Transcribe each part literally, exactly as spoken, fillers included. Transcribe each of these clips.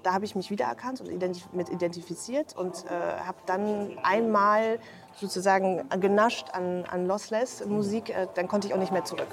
da habe ich mich wiedererkannt und identif- mit identifiziert und äh, habe dann einmal sozusagen genascht an, an Lossless-Musik, äh, dann konnte ich auch nicht mehr zurück.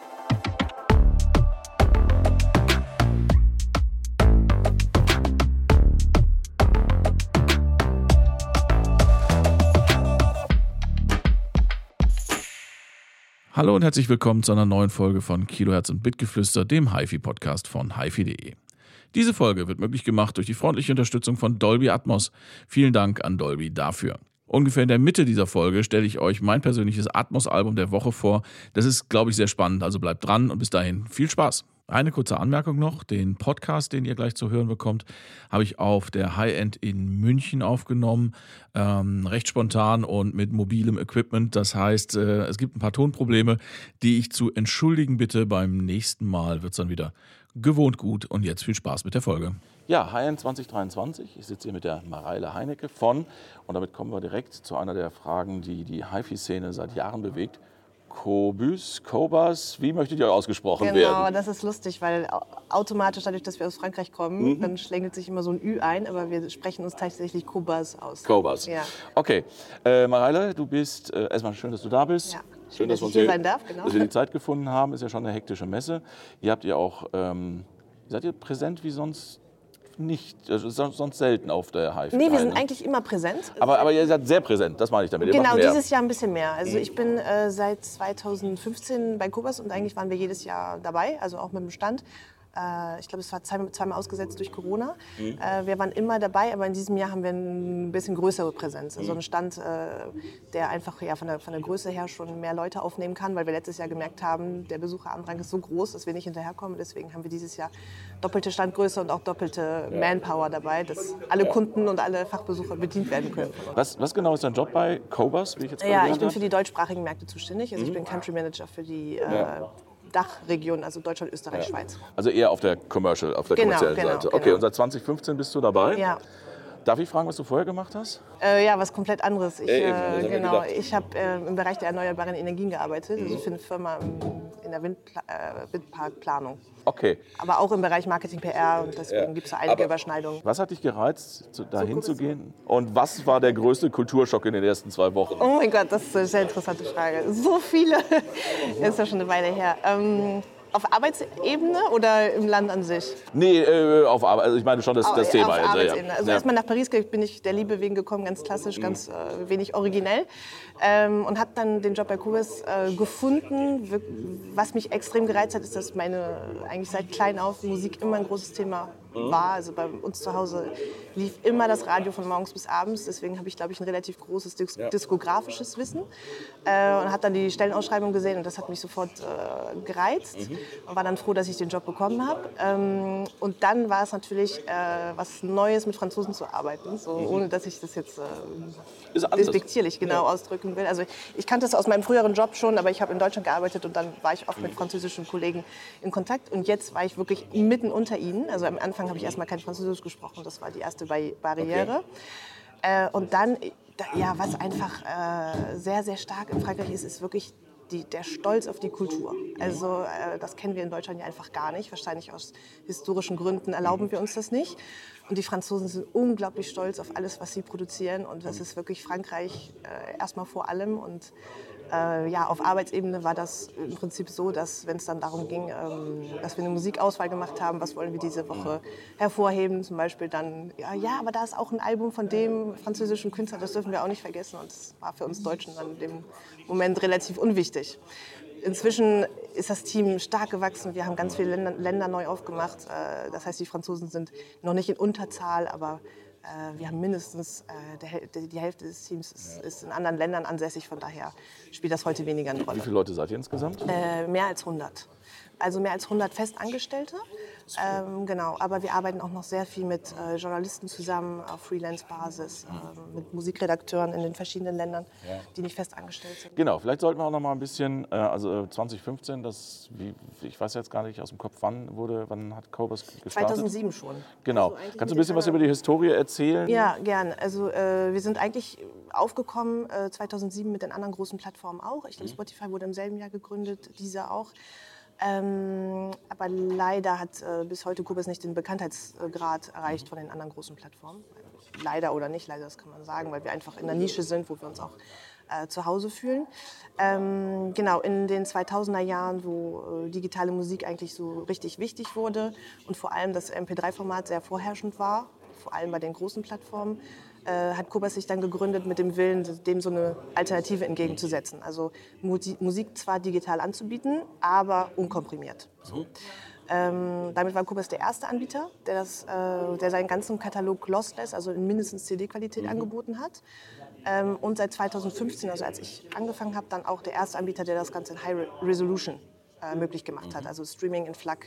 Hallo und herzlich willkommen zu einer neuen Folge von Kilohertz und Bitgeflüster, dem HiFi-Podcast von hifi punkt de. Diese Folge wird möglich gemacht durch die freundliche Unterstützung von Dolby Atmos. Vielen Dank an Dolby dafür. Ungefähr in der Mitte dieser Folge stelle ich euch mein persönliches Atmos-Album der Woche vor. Das ist, glaube ich, sehr spannend, also bleibt dran und bis dahin viel Spaß. Eine kurze Anmerkung noch, den Podcast, den ihr gleich zu hören bekommt, habe ich auf der High-End in München aufgenommen, ähm, recht spontan und mit mobilem Equipment. Das heißt, äh, es gibt ein paar Tonprobleme, die ich zu entschuldigen bitte. Beim nächsten Mal wird es dann wieder gewohnt gut und jetzt viel Spaß mit der Folge. Ja, High-End zwanzig dreiundzwanzig. Ich sitze hier mit der Mareile Heinecke von, und damit kommen wir direkt zu einer der Fragen, die die HiFi-Szene seit Jahren bewegt. Qobuz, Qobuz, wie möchtet ihr ausgesprochen genau, werden? Genau, das ist lustig, weil automatisch, dadurch, dass wir aus Frankreich kommen, mhm. dann schlängelt sich immer so ein Ü ein, aber wir sprechen uns tatsächlich Qobuz aus. Qobuz. Ja. Okay. Äh, Mareile, du bist, äh, erstmal schön, dass du da bist. Ja. Schön, schön, dass, dass, dass, wir hier, sein darf, genau. dass wir die Zeit gefunden haben. Ist ja schon eine hektische Messe. Ihr habt ihr auch, ähm, seid ihr präsent wie sonst? Nicht, also sonst selten auf der HiFi. Nee, wir sind ne? eigentlich immer präsent. Aber, aber ihr seid sehr präsent, das meine ich damit. Ihr genau, dieses Jahr ein bisschen mehr. Also ich bin äh, seit zweitausendfünfzehn bei Qobuz und eigentlich waren wir jedes Jahr dabei, also auch mit dem Stand. Äh, ich glaube, es war zwei, zweimal ausgesetzt durch Corona. Mhm. Äh, wir waren immer dabei, aber in diesem Jahr haben wir ein bisschen größere Präsenz. Also einen Stand, äh, der einfach ja, von, der, von der Größe her schon mehr Leute aufnehmen kann, weil wir letztes Jahr gemerkt haben, der Besucherandrang ist so groß, dass wir nicht hinterherkommen. Deswegen haben wir dieses Jahr doppelte Standgröße und auch doppelte Manpower dabei, dass alle Kunden und alle Fachbesucher bedient werden können. Was, was genau ist dein Job bei Qobuz? Wie ich jetzt ja, ich bin für die deutschsprachigen Märkte zuständig. Also mhm. ich bin Country Manager für die äh, ja. Dachregion, also Deutschland, Österreich, ja. Schweiz. Also eher auf der Commercial, auf der genau, kommerziellen genau, Seite. Genau. Okay, und seit zwanzig fünfzehn bist du dabei? Ja. Darf ich fragen, was du vorher gemacht hast? Äh, ja, was komplett anderes. Ich, äh, äh, genau, ich habe äh, im Bereich der erneuerbaren Energien gearbeitet, mhm. also für eine Firma im, in der Windpla- äh, Windparkplanung. Okay. Aber auch im Bereich Marketing, P R und deswegen ja. gibt es da einige Aber Überschneidungen. Was hat dich gereizt, zu, dahin zu gehen? Und was war der größte Kulturschock in den ersten zwei Wochen? Oh mein Gott, das ist eine sehr interessante Frage. So viele. Das ist ja schon eine Weile her. Ähm, Auf Arbeitsebene oder im Land an sich? Nee, äh, auf Arbeit. Also ich meine schon das, das auf, Thema. Auf Arbeitsebene. Also ja. erstmal nach Paris bin ich der Liebe wegen gekommen, ganz klassisch, ganz äh, wenig originell. Ähm, und habe dann den Job bei Qobuz äh, gefunden. Was mich extrem gereizt hat, ist, dass meine eigentlich seit klein auf Musik immer ein großes Thema war. Also bei uns zu Hause lief immer das Radio von morgens bis abends. Deswegen habe ich, glaube ich, ein relativ großes Dis- ja. diskografisches Wissen. Äh, und habe dann die Stellenausschreibung gesehen und das hat mich sofort äh, gereizt. Mhm. Und war dann froh, dass ich den Job bekommen habe. Ähm, und dann war es natürlich äh, was Neues, mit Franzosen zu arbeiten, so, mhm. ohne dass ich das jetzt äh, despektierlich genau ja. ausdrücken will. Also ich kannte das aus meinem früheren Job schon, aber ich habe in Deutschland gearbeitet und dann war ich oft mit französischen Kollegen in Kontakt. Und jetzt war ich wirklich mitten unter ihnen. Also am Anfang habe ich erstmal kein Französisch gesprochen, das war die erste Barriere. Okay. Äh, und dann, ja, was einfach äh, sehr, sehr stark in Frankreich ist, ist wirklich Die, der Stolz auf die Kultur. Also äh, das kennen wir in Deutschland ja einfach gar nicht. Wahrscheinlich aus historischen Gründen erlauben wir uns das nicht. Und die Franzosen sind unglaublich stolz auf alles, was sie produzieren. Und das ist wirklich Frankreich äh, erstmal vor allem. Und äh, ja, auf Arbeitsebene war das im Prinzip so, dass wenn es dann darum ging, ähm, dass wir eine Musikauswahl gemacht haben, was wollen wir diese Woche hervorheben, zum Beispiel dann, ja, ja, aber da ist auch ein Album von dem französischen Künstler, das dürfen wir auch nicht vergessen. Und das war für uns Deutschen dann in dem Moment relativ unwichtig. Inzwischen ist das Team stark gewachsen. Wir haben ganz viele Länder, Länder neu aufgemacht. Das heißt, die Franzosen sind noch nicht in Unterzahl, aber wir haben mindestens die Hälfte des Teams ist, ist in anderen Ländern ansässig. Von daher spielt das heute weniger eine Rolle. Wie viele Leute seid ihr insgesamt? Äh, mehr als hundert. Also mehr als hundert Festangestellte. Ähm, genau. Aber wir arbeiten auch noch sehr viel mit äh, Journalisten zusammen auf Freelance-Basis, äh, mit Musikredakteuren in den verschiedenen Ländern, ja. die nicht festangestellt sind. Genau, vielleicht sollten wir auch noch mal ein bisschen, äh, also zwanzig fünfzehn, das, wie, ich weiß jetzt gar nicht aus dem Kopf, wann wurde, wann hat Qobuz gestartet? zweitausendsieben schon. Genau. Also kannst du ein bisschen was über die Historie erzählen? Ja, gern. Also äh, wir sind eigentlich aufgekommen äh, zweitausendsieben mit den anderen großen Plattformen auch. Ich glaube, Spotify wurde im selben Jahr gegründet, dieser auch. Ähm, aber leider hat äh, bis heute Cobus nicht den Bekanntheitsgrad erreicht von den anderen großen Plattformen. Leider oder nicht, leider, das kann man sagen, weil wir einfach in der Nische sind, wo wir uns auch äh, zu Hause fühlen. Ähm, genau, in den zweitausender Jahren, wo äh, digitale Musik eigentlich so richtig wichtig wurde und vor allem das M P drei Format sehr vorherrschend war, vor allem bei den großen Plattformen, äh, hat Cobus sich dann gegründet mit dem Willen, dem so eine Alternative entgegenzusetzen. Also Musik, Musik zwar digital anzubieten, aber unkomprimiert. So. Ähm, damit war Cobus der erste Anbieter, der, das, äh, der seinen ganzen Katalog lossless, also in mindestens C D-Qualität mhm. angeboten hat. Ähm, und seit zweitausendfünfzehn, also als ich angefangen habe, dann auch der erste Anbieter, der das Ganze in High Resolution äh, möglich gemacht hat. Also Streaming in FLAC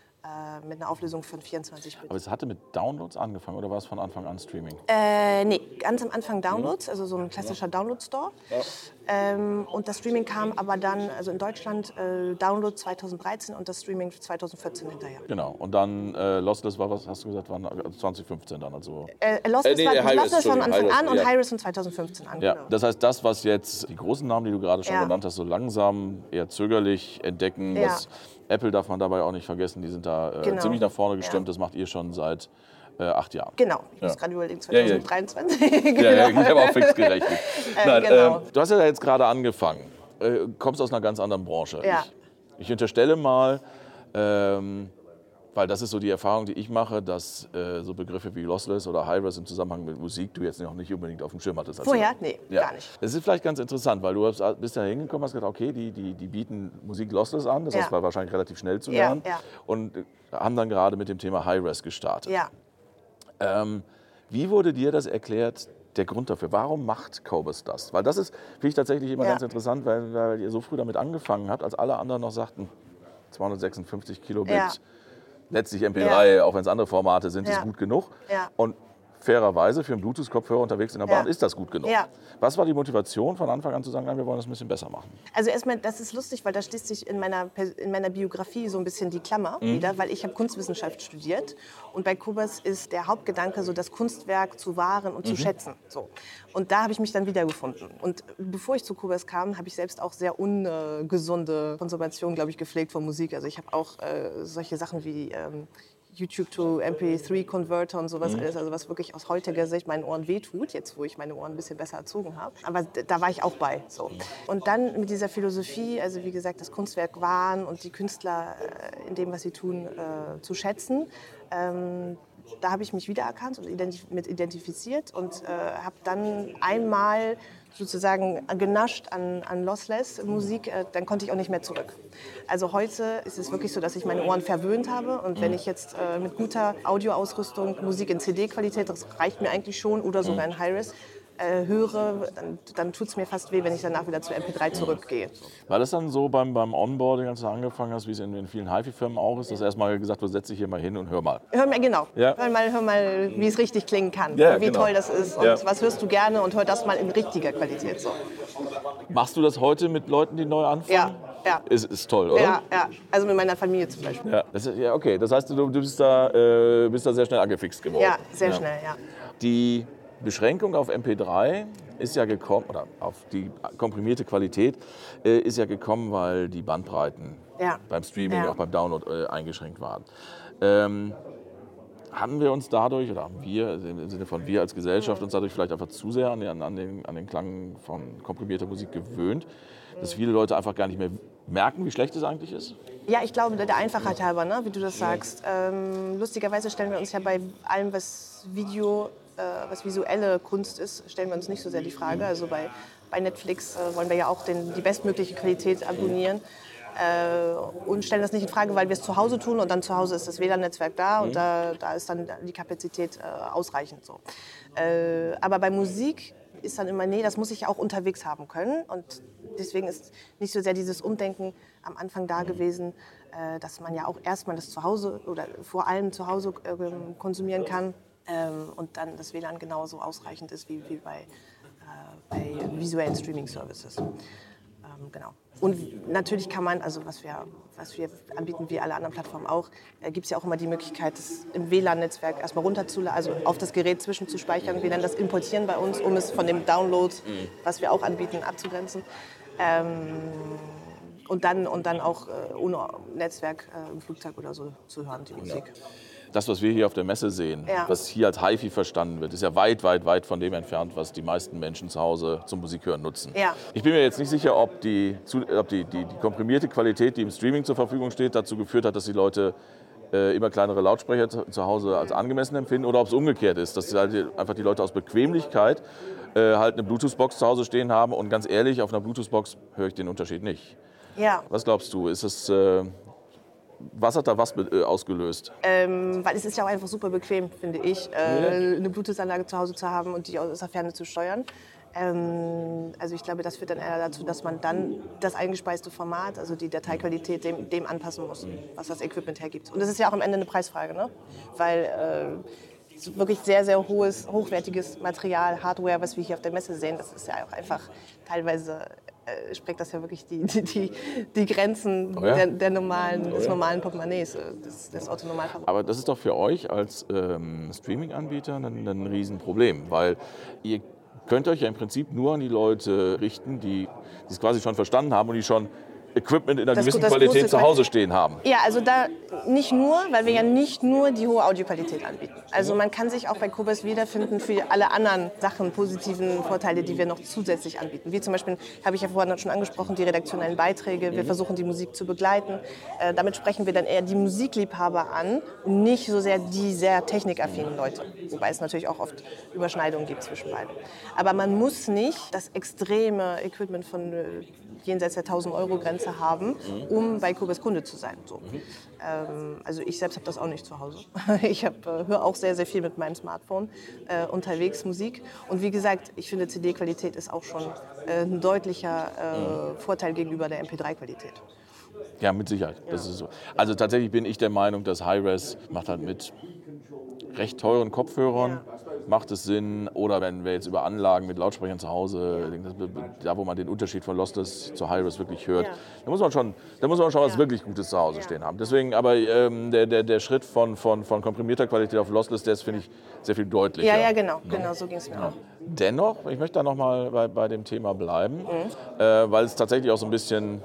äh, mit einer Auflösung von vierundzwanzig Bit. Aber es hatte mit Downloads angefangen oder war es von Anfang an Streaming? Äh, nee, ganz am Anfang Downloads, also so ein klassischer Download-Store. Ja. Ähm, und das Streaming kam aber dann, also in Deutschland, äh, Download zweitausenddreizehn und das Streaming zweitausendvierzehn hinterher. Genau, und dann äh, Lossless war, was hast du gesagt, war zwanzig fünfzehn dann? Also äh, Lossless, äh, nee, war, Lossless von Anfang an und ja. Hi-Res von zweitausendfünfzehn an. Ja, genau. Das heißt, das, was jetzt die großen Namen, die du gerade schon ja. genannt hast, so langsam, eher zögerlich entdecken, ja. was Apple darf man dabei auch nicht vergessen, die sind da äh, genau. ziemlich nach vorne gestimmt, ja. das macht ihr schon seit Äh, acht Jahren. Genau, ich ja. muss gerade überlegen, zweitausenddreiundzwanzig. Ja, ja. genau. ja, ja, ich habe auch fix gerechnet. äh, Nein, genau. äh, du hast ja jetzt gerade angefangen, äh, kommst aus einer ganz anderen Branche. Ja. Ich, ich unterstelle mal, ähm, weil das ist so die Erfahrung, die ich mache, dass äh, so Begriffe wie Lossless oder High-Res im Zusammenhang mit Musik du jetzt noch nicht unbedingt auf dem Schirm hattest. Also, Vorher? Nee, ja. gar nicht. Das ist vielleicht ganz interessant, weil du bist da hingekommen und hast gesagt, okay, die, die, die bieten Musik Lossless an, das ja. heißt, war wahrscheinlich relativ schnell zu lernen ja, ja. und haben dann gerade mit dem Thema High-Res gestartet. Ja. Ähm, wie wurde dir das erklärt, der Grund dafür? Warum macht Cobus das? Weil das ist, finde ich tatsächlich immer ja. ganz interessant, weil, weil ihr so früh damit angefangen habt, als alle anderen noch sagten, zweihundertsechsundfünfzig Kilobit, ja. letztlich M P drei, ja. auch wenn es andere Formate sind, ja. ist gut genug. Ja. Und fairerweise für einen Bluetooth-Kopfhörer unterwegs in der Bahn ja. ist das gut genug. Ja. Was war die Motivation von Anfang an zu sagen, nein, wir wollen das ein bisschen besser machen? Also erstmal, das ist lustig, weil da schließt sich in meiner, in meiner Biografie so ein bisschen die Klammer mhm. wieder, weil ich habe Kunstwissenschaft studiert und bei Cobus ist der Hauptgedanke so, das Kunstwerk zu wahren und mhm. zu schätzen. So. Und da habe ich mich dann wiedergefunden. Und bevor ich zu Cobus kam, habe ich selbst auch sehr ungesunde Konsumation, glaube ich, gepflegt von Musik. Also ich habe auch äh, solche Sachen wie ähm, YouTube to M P drei Converter und sowas mhm. alles, also was wirklich aus heutiger Sicht meinen Ohren wehtut, jetzt wo ich meine Ohren ein bisschen besser erzogen habe. Aber da war ich auch bei. So. Und dann mit dieser Philosophie, also wie gesagt, das Kunstwerk wahren und die Künstler äh, in dem, was sie tun, äh, zu schätzen, ähm, da habe ich mich wiedererkannt und identif- mit identifiziert und äh, habe dann einmal sozusagen genascht an, an Lossless-Musik, äh, dann konnte ich auch nicht mehr zurück. Also heute ist es wirklich so, dass ich meine Ohren verwöhnt habe und wenn ich jetzt äh, mit guter Audioausrüstung Musik in C D-Qualität, das reicht mir eigentlich schon, oder sogar in High-Res, äh, höre, dann, dann tut es mir fast weh, wenn ich danach wieder zu M P drei zurückgehe. War das dann so beim, beim Onboarding, als du angefangen hast, wie es in, in vielen HiFi-Firmen auch ist, dass ja. erstmal gesagt wird, setz dich hier mal hin und hör mal? Hör mal, genau. Ja. Hör mal, hör mal, wie es richtig klingen kann, ja, und wie genau. toll das ist und ja. was hörst du gerne und hör das mal in richtiger Qualität. So. Machst du das heute mit Leuten, die neu anfangen? Ja. Ja. Ist, ist toll, oder? Ja, ja, also mit meiner Familie zum Beispiel. Ja, das ist, ja okay. Das heißt, du, du bist, da, äh, bist da sehr schnell angefixt geworden. Ja, sehr ja. schnell, ja. Die Beschränkung auf M P drei ist ja gekommen, oder auf die komprimierte Qualität äh, ist ja gekommen, weil die Bandbreiten ja. beim Streaming, ja. auch beim Download äh, eingeschränkt waren. Ähm, haben wir uns dadurch, oder haben wir, im Sinne von wir als Gesellschaft, uns dadurch vielleicht einfach zu sehr an den, an den, an den Klang von komprimierter Musik gewöhnt, dass viele Leute einfach gar nicht mehr merken, wie schlecht es eigentlich ist? Ja, ich glaube, der Einfachheit halber, ne, wie du das sagst. Ähm, lustigerweise stellen wir uns ja bei allem, was Video, äh, was visuelle Kunst ist, stellen wir uns nicht so sehr die Frage. Also bei, bei Netflix äh, wollen wir ja auch den, die bestmögliche Qualität abonnieren. Äh, und stellen das nicht in Frage, weil wir es zu Hause tun und dann zu Hause ist das W L A N-Netzwerk da und da, da ist dann die Kapazität äh, ausreichend. So. Äh, aber bei Musik ist dann immer, nee, das muss ich auch unterwegs haben können und deswegen ist nicht so sehr dieses Umdenken am Anfang da gewesen, äh, dass man ja auch erstmal das zu Hause oder vor allem zu Hause äh, konsumieren kann ähm, und dann das W L A N genauso ausreichend ist wie, wie bei, äh, bei visuellen Streaming-Services. Ähm, genau. Und natürlich kann man, also was wir, was wir anbieten, wie alle anderen Plattformen auch, äh, gibt es ja auch immer die Möglichkeit, das im W L A N-Netzwerk erstmal runterzuladen, also auf das Gerät zwischenzuspeichern. Wir nennen das Importieren bei uns, um es von dem Download, was wir auch anbieten, abzugrenzen. Ähm, und, dann, und dann auch äh, ohne Netzwerk äh, im Flugzeug oder so zu hören, die Musik. Ja. Das, was wir hier auf der Messe sehen, ja. was hier als HiFi verstanden wird, ist ja weit, weit, weit von dem entfernt, was die meisten Menschen zu Hause zum Musikhören nutzen. Ja. Ich bin mir jetzt nicht sicher, ob, die, ob die, die, die komprimierte Qualität, die im Streaming zur Verfügung steht, dazu geführt hat, dass die Leute äh, immer kleinere Lautsprecher zu, zu Hause als angemessen empfinden, oder ob es umgekehrt ist, dass halt einfach die Leute aus Bequemlichkeit äh, halt eine Bluetooth-Box zu Hause stehen haben, und ganz ehrlich, auf einer Bluetooth-Box höre ich den Unterschied nicht. Ja. Was glaubst du, ist es... Äh, Was hat da was ausgelöst? Ähm, weil es ist ja auch einfach super bequem, finde ich, äh, eine Bluetooth-Anlage zu Hause zu haben und die aus der Ferne zu steuern. Ähm, also ich glaube, das führt dann eher dazu, dass man dann das eingespeiste Format, also die Dateiqualität, dem, dem anpassen muss, was das Equipment hergibt. Und das ist ja auch am Ende eine Preisfrage, ne? Weil äh, es wirklich sehr, sehr hohes, hochwertiges Material, Hardware, was wir hier auf der Messe sehen, das ist ja auch einfach teilweise... Äh, sprengt das ja wirklich die, die, die, die Grenzen oh ja? der, der normalen, oh des ja? normalen Portemonnaies, des, des Autonormalverbrauchs. Aber das ist doch für euch als ähm, Streaming-Anbieter ein, ein Riesenproblem, weil ihr könnt euch ja im Prinzip nur an die Leute richten, die es quasi schon verstanden haben und die schon Equipment in einer das, gewissen das Qualität zu Hause stehen haben. Ja, also da nicht nur, weil wir ja nicht nur die hohe Audioqualität anbieten. Also man kann sich auch bei Cobas wiederfinden für alle anderen Sachen, positiven Vorteile, die wir noch zusätzlich anbieten. Wie zum Beispiel, habe ich ja vorhin schon angesprochen, die redaktionellen Beiträge. Wir versuchen, die Musik zu begleiten. Äh, damit sprechen wir dann eher die Musikliebhaber an und nicht so sehr die sehr technikaffinen Leute. Wobei es natürlich auch oft Überschneidungen gibt zwischen beiden. Aber man muss nicht das extreme Equipment von äh, jenseits der tausend-Euro-Grenze haben, um bei Cobas Kunde zu sein. So. Mhm. Ähm, also ich selbst habe das auch nicht zu Hause. Ich hab, äh, höre auch sehr, sehr viel mit meinem Smartphone äh, unterwegs Musik. Und wie gesagt, ich finde, C D-Qualität ist auch schon äh, ein deutlicher äh, mhm. Vorteil gegenüber der M P drei Qualität. Ja, mit Sicherheit. Ja. Das ist so. Also tatsächlich bin ich der Meinung, dass Hi-Res macht halt mit recht teuren Kopfhörern, ja. macht es Sinn. Oder wenn wir jetzt über Anlagen mit Lautsprechern zu Hause, da wo man den Unterschied von Lossless zu Hi-Res wirklich hört, ja. da muss man schon, da muss man schon was ja. wirklich Gutes zu Hause ja. stehen haben. Deswegen aber ähm, der, der, der Schritt von, von, von komprimierter Qualität auf Lossless, der ist, finde ich, sehr viel deutlicher. Ja, ja, genau. Ja. genau so ging es mir ja. auch. Dennoch, ich möchte da noch mal bei, bei dem Thema bleiben, mhm. äh, weil es tatsächlich auch so ein bisschen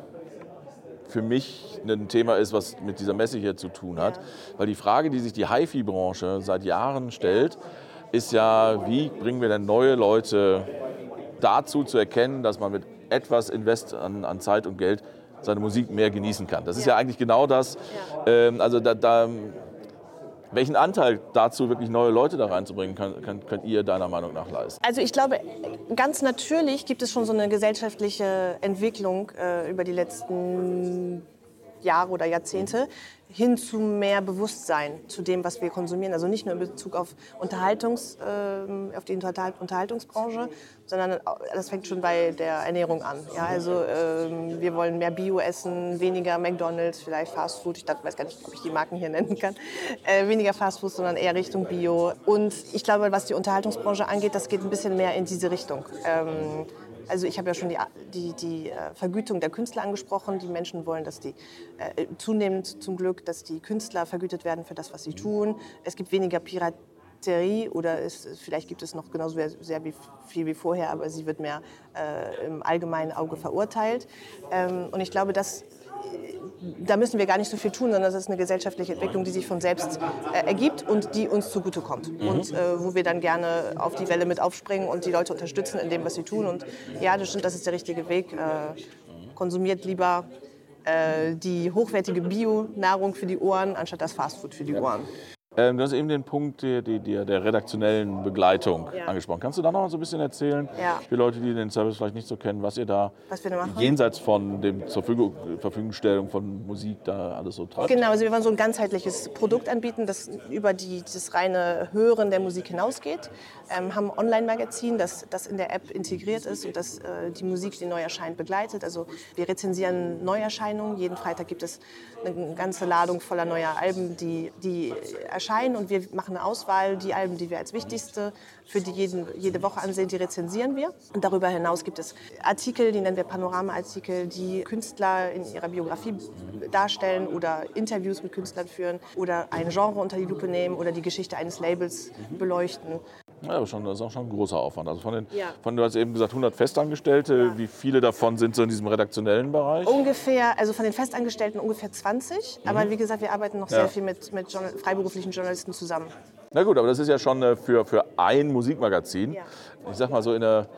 für mich ein Thema ist, was mit dieser Messe hier zu tun hat. Ja. Weil die Frage, die sich die HiFi-Branche seit Jahren stellt, ist ja, wie bringen wir denn neue Leute dazu zu erkennen, dass man mit etwas Invest an, an Zeit und Geld seine Musik mehr genießen kann. Das ist ja, ja eigentlich genau das. Ja. Ähm, also da, da, welchen Anteil dazu, wirklich neue Leute da reinzubringen, kann, kann, könnt ihr deiner Meinung nach leisten? Also ich glaube, ganz natürlich gibt es schon so eine gesellschaftliche Entwicklung äh, über die letzten Jahre oder Jahrzehnte hin zu mehr Bewusstsein zu dem, was wir konsumieren. Also nicht nur in Bezug auf, Unterhaltungs, äh, auf die Unterhalt- Unterhaltungsbranche, sondern das fängt schon bei der Ernährung an. Ja, also äh, wir wollen mehr Bio essen, weniger McDonald's, vielleicht Fast Food. Ich weiß gar nicht, ob ich die Marken hier nennen kann. Äh, weniger Fast Food, sondern eher Richtung Bio. Und ich glaube, was die Unterhaltungsbranche angeht, das geht ein bisschen mehr in diese Richtung. Ähm, Also ich habe ja schon die, die, die Vergütung der Künstler angesprochen. Die Menschen wollen, dass die äh, zunehmend zum Glück, dass die Künstler vergütet werden für das, was sie tun. Es gibt weniger Piraterie oder es, vielleicht gibt es noch genauso sehr wie, viel wie vorher, aber sie wird mehr äh, im allgemeinen Auge verurteilt. Ähm, und ich glaube, dass da müssen wir gar nicht so viel tun, sondern das ist eine gesellschaftliche Entwicklung, die sich von selbst äh, ergibt und die uns zugutekommt. Mhm. Und äh, wo wir dann gerne auf die Welle mit aufspringen und die Leute unterstützen in dem, was sie tun. Und ja, das stimmt, das ist der richtige Weg. Äh, konsumiert lieber äh, die hochwertige Bio-Nahrung für die Ohren, anstatt das Fastfood für die Ohren. Ähm, du hast eben den Punkt die, die, die, der redaktionellen Begleitung ja. angesprochen. Kannst du da noch mal so ein bisschen erzählen, ja. für Leute, die den Service vielleicht nicht so kennen, was ihr da was wir da machen? jenseits von dem zur Verfügungstellung von Musik da alles so treibt? Genau, also wir wollen so ein ganzheitliches Produkt anbieten, das über die, das reine Hören der Musik hinausgeht. Ähm, haben ein Online-Magazin, das, das in der App integriert ist und das äh, die Musik, die neu erscheint, begleitet. Also wir rezensieren Neuerscheinungen. Jeden Freitag gibt es eine ganze Ladung voller neuer Alben, die, die erscheinen und wir machen eine Auswahl. Die Alben, die wir als wichtigste für die jeden, jede Woche ansehen, die rezensieren wir. Und darüber hinaus gibt es Artikel, die nennen wir Panorama-Artikel, die Künstler in ihrer Biografie darstellen oder Interviews mit Künstlern führen oder ein Genre unter die Lupe nehmen oder die Geschichte eines Labels beleuchten. Ja, aber schon, das ist auch schon ein großer Aufwand. Also von den, Ja. von, du hast eben gesagt, hundert Festangestellte. Ja. Wie viele davon sind so in diesem redaktionellen Bereich? Ungefähr, also von den Festangestellten ungefähr zwanzig. Mhm. Aber wie gesagt, wir arbeiten noch Ja. sehr viel mit, mit Journal- freiberuflichen Journalisten zusammen. Na gut, aber das ist ja schon äh, für, für ein Musikmagazin. Ja. Ich sag mal so, in der,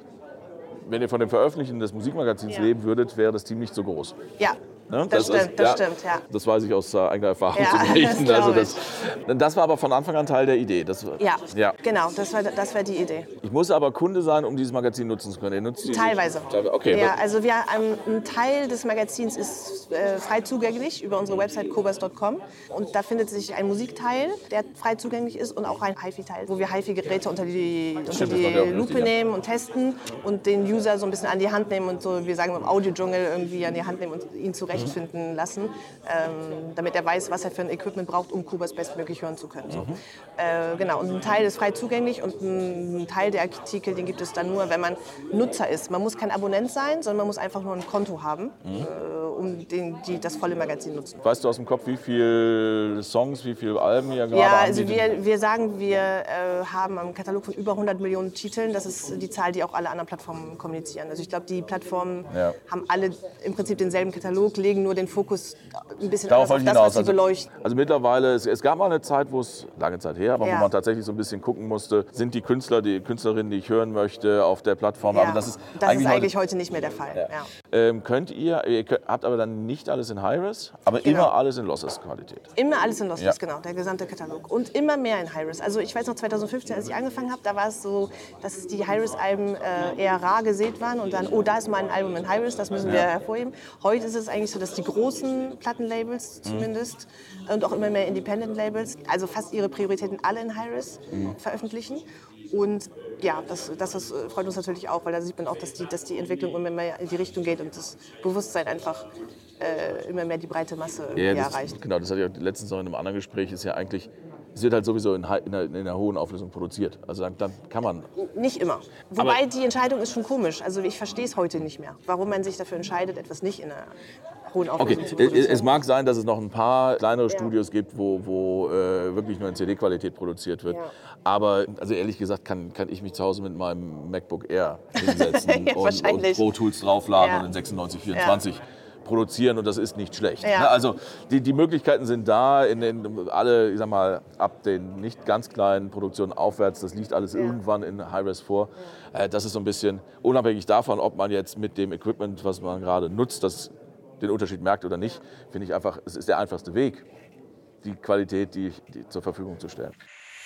wenn ihr von dem Veröffentlichen des Musikmagazins Ja. leben würdet, wäre das Team nicht so groß. Ja. Ne? Das, das stimmt, ist, das ja, stimmt, ja. Das weiß ich aus äh, eigener Erfahrung Ja, zu berichten. das Also glaube das, das war aber von Anfang an Teil der Idee. Das, Ja, ja. genau, das war, das war die Idee. Ich muss aber Kunde sein, um dieses Magazin nutzen zu können. Ihr nutzt dieses- Teilweise. Okay. Ja, also wir, ähm, ein Teil des Magazins ist äh, frei zugänglich über unsere Website kobas punkt com. Und da findet sich ein Musikteil, der frei zugänglich ist, und auch ein HiFi-Teil, wo wir HiFi-Geräte unter die, unter Stimmt, das die macht ja auch Lupe lustig, ja. nehmen und testen und den User so ein bisschen an die Hand nehmen und so, wir sagen im Audio-Dschungel irgendwie an die Hand nehmen und ihn zurechtfinden lassen, ähm, damit er weiß, was er für ein Equipment braucht, um Kobas bestmöglich hören zu können. So. Mhm. Äh, genau, und ein Teil ist frei zugänglich und ein Teil der Artikel, den gibt es dann nur, wenn man Nutzer ist. Man muss kein Abonnent sein, sondern man muss einfach nur ein Konto haben, mhm. äh, um den, die das volle Magazin nutzen. Weißt du aus dem Kopf, wie viele Songs, wie viele Alben ihr gerade Ja, also anbietet? wir, wir sagen, wir äh, haben einen Katalog von über hundert Millionen Titeln. Das ist die Zahl, die auch alle anderen Plattformen kommunizieren. Also ich glaube, die Plattformen Ja. haben alle im Prinzip denselben Katalog, legen nur den Fokus ein bisschen Darauf anders auf wollte ich das, hinaus. was sie Also, beleuchten. also mittlerweile, es, es gab mal eine Zeit, wo es, lange Zeit her, aber Ja. wo man tatsächlich so ein bisschen gucken musste, sind die Künstler, die Künstlerinnen, die ich hören möchte, auf der Plattform. Ja, Aber das ist das eigentlich, ist eigentlich heute, heute nicht mehr der Fall. Ja. ähm, könnt ihr, ihr könnt, habt aber dann nicht alles in Hi-Res, aber Genau. immer alles in Lossless-Qualität. Immer alles in Lossless, Ja. genau, der gesamte Katalog. Und immer mehr in Hi-Res. Also ich weiß noch, zwanzig fünfzehn, als ich angefangen habe, da war es so, dass die Hi-Res-Alben äh, eher rar gesät waren und dann, oh, da ist mal ein Album in Hi-Res, das müssen wir Ja. hervorheben. Heute ist es eigentlich so, dass die großen Plattenlabels zumindest mhm. und auch immer mehr Independent-Labels, also fast ihre Prioritäten alle in Hi-Res mhm. veröffentlichen. Und ja, das, das, das freut uns natürlich auch, weil da sieht man auch, dass die, dass die Entwicklung immer mehr in die Richtung geht und das Bewusstsein einfach äh, immer mehr die breite Masse irgendwie Ja, das, erreicht. genau, das hatte ich auch letztens noch in einem anderen Gespräch, ist ja eigentlich, es wird halt sowieso in, in, einer, in einer hohen Auflösung produziert. Also dann, dann kann man... Nicht immer. Wobei Aber die Entscheidung ist schon komisch. Also ich verstehe es heute nicht mehr, warum man sich dafür entscheidet, etwas nicht in einer hohen Auflösung Okay, zu produzieren. es mag sein, dass es noch ein paar kleinere Ja. Studios gibt, wo, wo äh, wirklich nur in C D-Qualität produziert wird. Ja. Aber also ehrlich gesagt kann, kann ich mich zu Hause mit meinem MacBook Air hinsetzen Ja, und, und wahrscheinlich. Pro Tools draufladen Ja. und in sechsundneunzig vierundzwanzig produzieren und das ist nicht schlecht. Ja. Ne? Also die, die Möglichkeiten sind da, in den, alle, ich sag mal, ab den nicht ganz kleinen Produktionen aufwärts, das liegt alles Ja. irgendwann in Hi-Res vor. Äh, das ist so ein bisschen unabhängig davon, ob man jetzt mit dem Equipment, was man gerade nutzt, das den Unterschied merkt oder nicht, finde ich einfach, es ist der einfachste Weg, die Qualität die, die zur Verfügung zu stellen.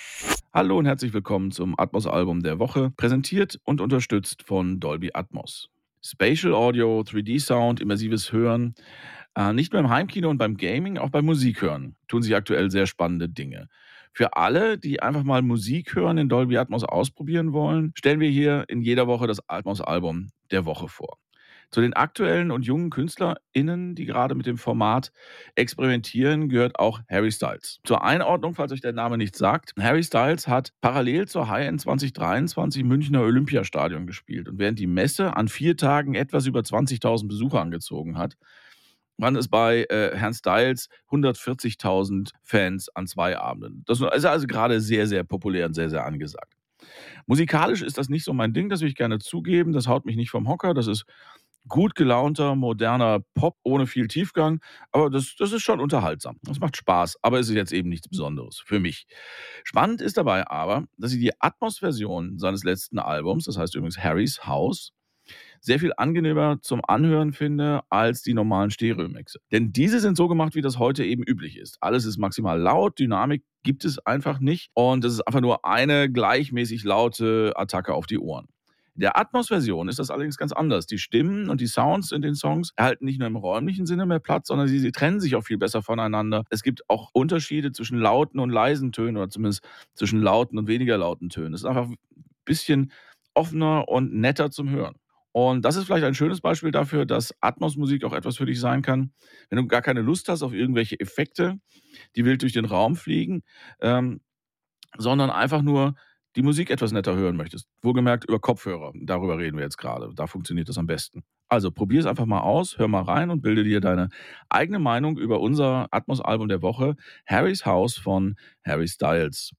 Hallo und herzlich willkommen zum Atmos-Album der Woche, präsentiert und unterstützt von Dolby Atmos. Spatial Audio, drei D Sound, immersives Hören, äh, nicht nur im Heimkino und beim Gaming, auch beim Musikhören tun sich aktuell sehr spannende Dinge. Für alle, die einfach mal Musik hören in Dolby Atmos ausprobieren wollen, stellen wir hier in jeder Woche das Atmos-Album der Woche vor. Zu den aktuellen und jungen KünstlerInnen, die gerade mit dem Format experimentieren, gehört auch Harry Styles. Zur Einordnung, falls euch der Name nichts sagt: Harry Styles hat parallel zur High-End zwanzig dreiundzwanzig Münchner Olympiastadion gespielt. Und während die Messe an vier Tagen etwas über zwanzigtausend Besucher angezogen hat, waren es bei äh, Herrn Styles hundertvierzigtausend Fans an zwei Abenden. Das ist also gerade sehr, sehr populär und sehr, sehr angesagt. Musikalisch ist das nicht so mein Ding, das will ich gerne zugeben. Das haut mich nicht vom Hocker. Das ist gut gelaunter, moderner Pop ohne viel Tiefgang. Aber das, das ist schon unterhaltsam. Das macht Spaß. Aber es ist jetzt eben nichts Besonderes für mich. Spannend ist dabei aber, dass ich die Atmos-Version seines letzten Albums, das heißt übrigens Harry's House, sehr viel angenehmer zum Anhören finde als die normalen Stereo-Mixe. Denn diese sind so gemacht, wie das heute eben üblich ist. Alles ist maximal laut, Dynamik gibt es einfach nicht und es ist einfach nur eine gleichmäßig laute Attacke auf die Ohren. In der Atmos-Version ist das allerdings ganz anders. Die Stimmen und die Sounds in den Songs erhalten nicht nur im räumlichen Sinne mehr Platz, sondern sie, sie trennen sich auch viel besser voneinander. Es gibt auch Unterschiede zwischen lauten und leisen Tönen oder zumindest zwischen lauten und weniger lauten Tönen. Es ist einfach ein bisschen offener und netter zum Hören. Und das ist vielleicht ein schönes Beispiel dafür, dass Atmos-Musik auch etwas für dich sein kann, wenn du gar keine Lust hast auf irgendwelche Effekte, die wild durch den Raum fliegen, ähm, sondern einfach nur die Musik etwas netter hören möchtest. Wohlgemerkt über Kopfhörer. Darüber reden wir jetzt gerade. Da funktioniert das am besten. Also probier es einfach mal aus, hör mal rein und bilde dir deine eigene Meinung über unser Atmos-Album der Woche, Harry's House von Harry Styles.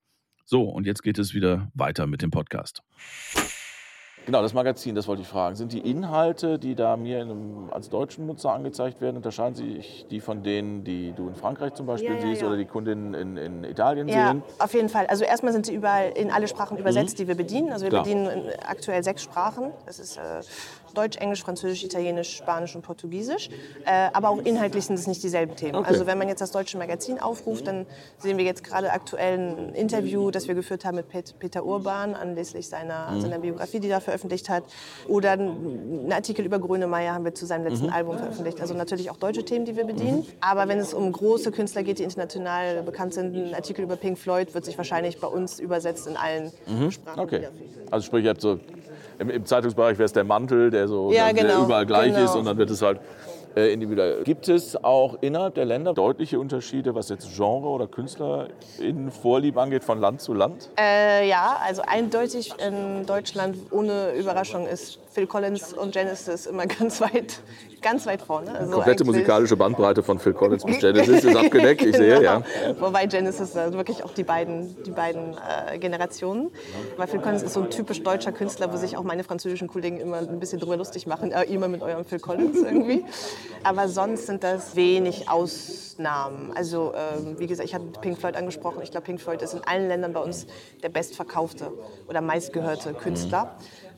So, und jetzt geht es wieder weiter mit dem Podcast. Genau, das Magazin, das wollte ich fragen. Sind die Inhalte, die da mir in einem, als deutschen Nutzer angezeigt werden, unterscheiden sich die von denen, die du in Frankreich zum Beispiel ja, ja, siehst ja. oder die Kundinnen in, in Italien ja, sehen? Ja, auf jeden Fall. Also erstmal sind sie überall in alle Sprachen übersetzt, Mhm. die wir bedienen. Also wir Klar. bedienen aktuell sechs Sprachen. Das ist äh, Deutsch, Englisch, Französisch, Italienisch, Spanisch und Portugiesisch. Äh, aber auch inhaltlich sind es nicht dieselben Themen. Okay. Also wenn man jetzt das deutsche Magazin aufruft, dann sehen wir jetzt gerade aktuell ein Interview, das wir geführt haben mit Pet- Peter Urban anlässlich seiner, Mhm. seiner Biografie, die er veröffentlicht hat. Oder einen Artikel über Grönemeyer haben wir zu seinem letzten Mhm. Album veröffentlicht. Also natürlich auch deutsche Themen, die wir bedienen. Mhm. Aber wenn es um große Künstler geht, die international bekannt sind, ein Artikel über Pink Floyd wird sich wahrscheinlich bei uns übersetzt in allen Mhm. Sprachen Okay. wiederfinden. Also sprich, ihr habt so, im, im Zeitungsbereich wäre es der Mantel, der so Ja, der genau, überall gleich genau. ist und dann wird es halt äh, individuell. Gibt es auch innerhalb der Länder deutliche Unterschiede, was jetzt Genre oder KünstlerInnen Vorlieben angeht, von Land zu Land? Äh, ja, also eindeutig in Deutschland ohne Überraschung ist Phil Collins und Genesis immer ganz weit, ganz weit vorne. Also Komplette eigentlich- musikalische Bandbreite von Phil Collins bis Genesis ist abgedeckt, ich sehe, ja. Wobei Genesis äh, wirklich auch die beiden, die beiden äh, Generationen. Weil Phil Collins ist so ein typisch deutscher Künstler, wo sich auch meine französischen Kollegen immer ein bisschen drüber lustig machen. Äh, immer mit eurem Phil Collins irgendwie. Aber sonst sind das wenig Ausnahmen. Also ähm, wie gesagt, ich hatte Pink Floyd angesprochen. Ich glaube, Pink Floyd ist in allen Ländern bei uns der bestverkaufte oder meistgehörte Künstler.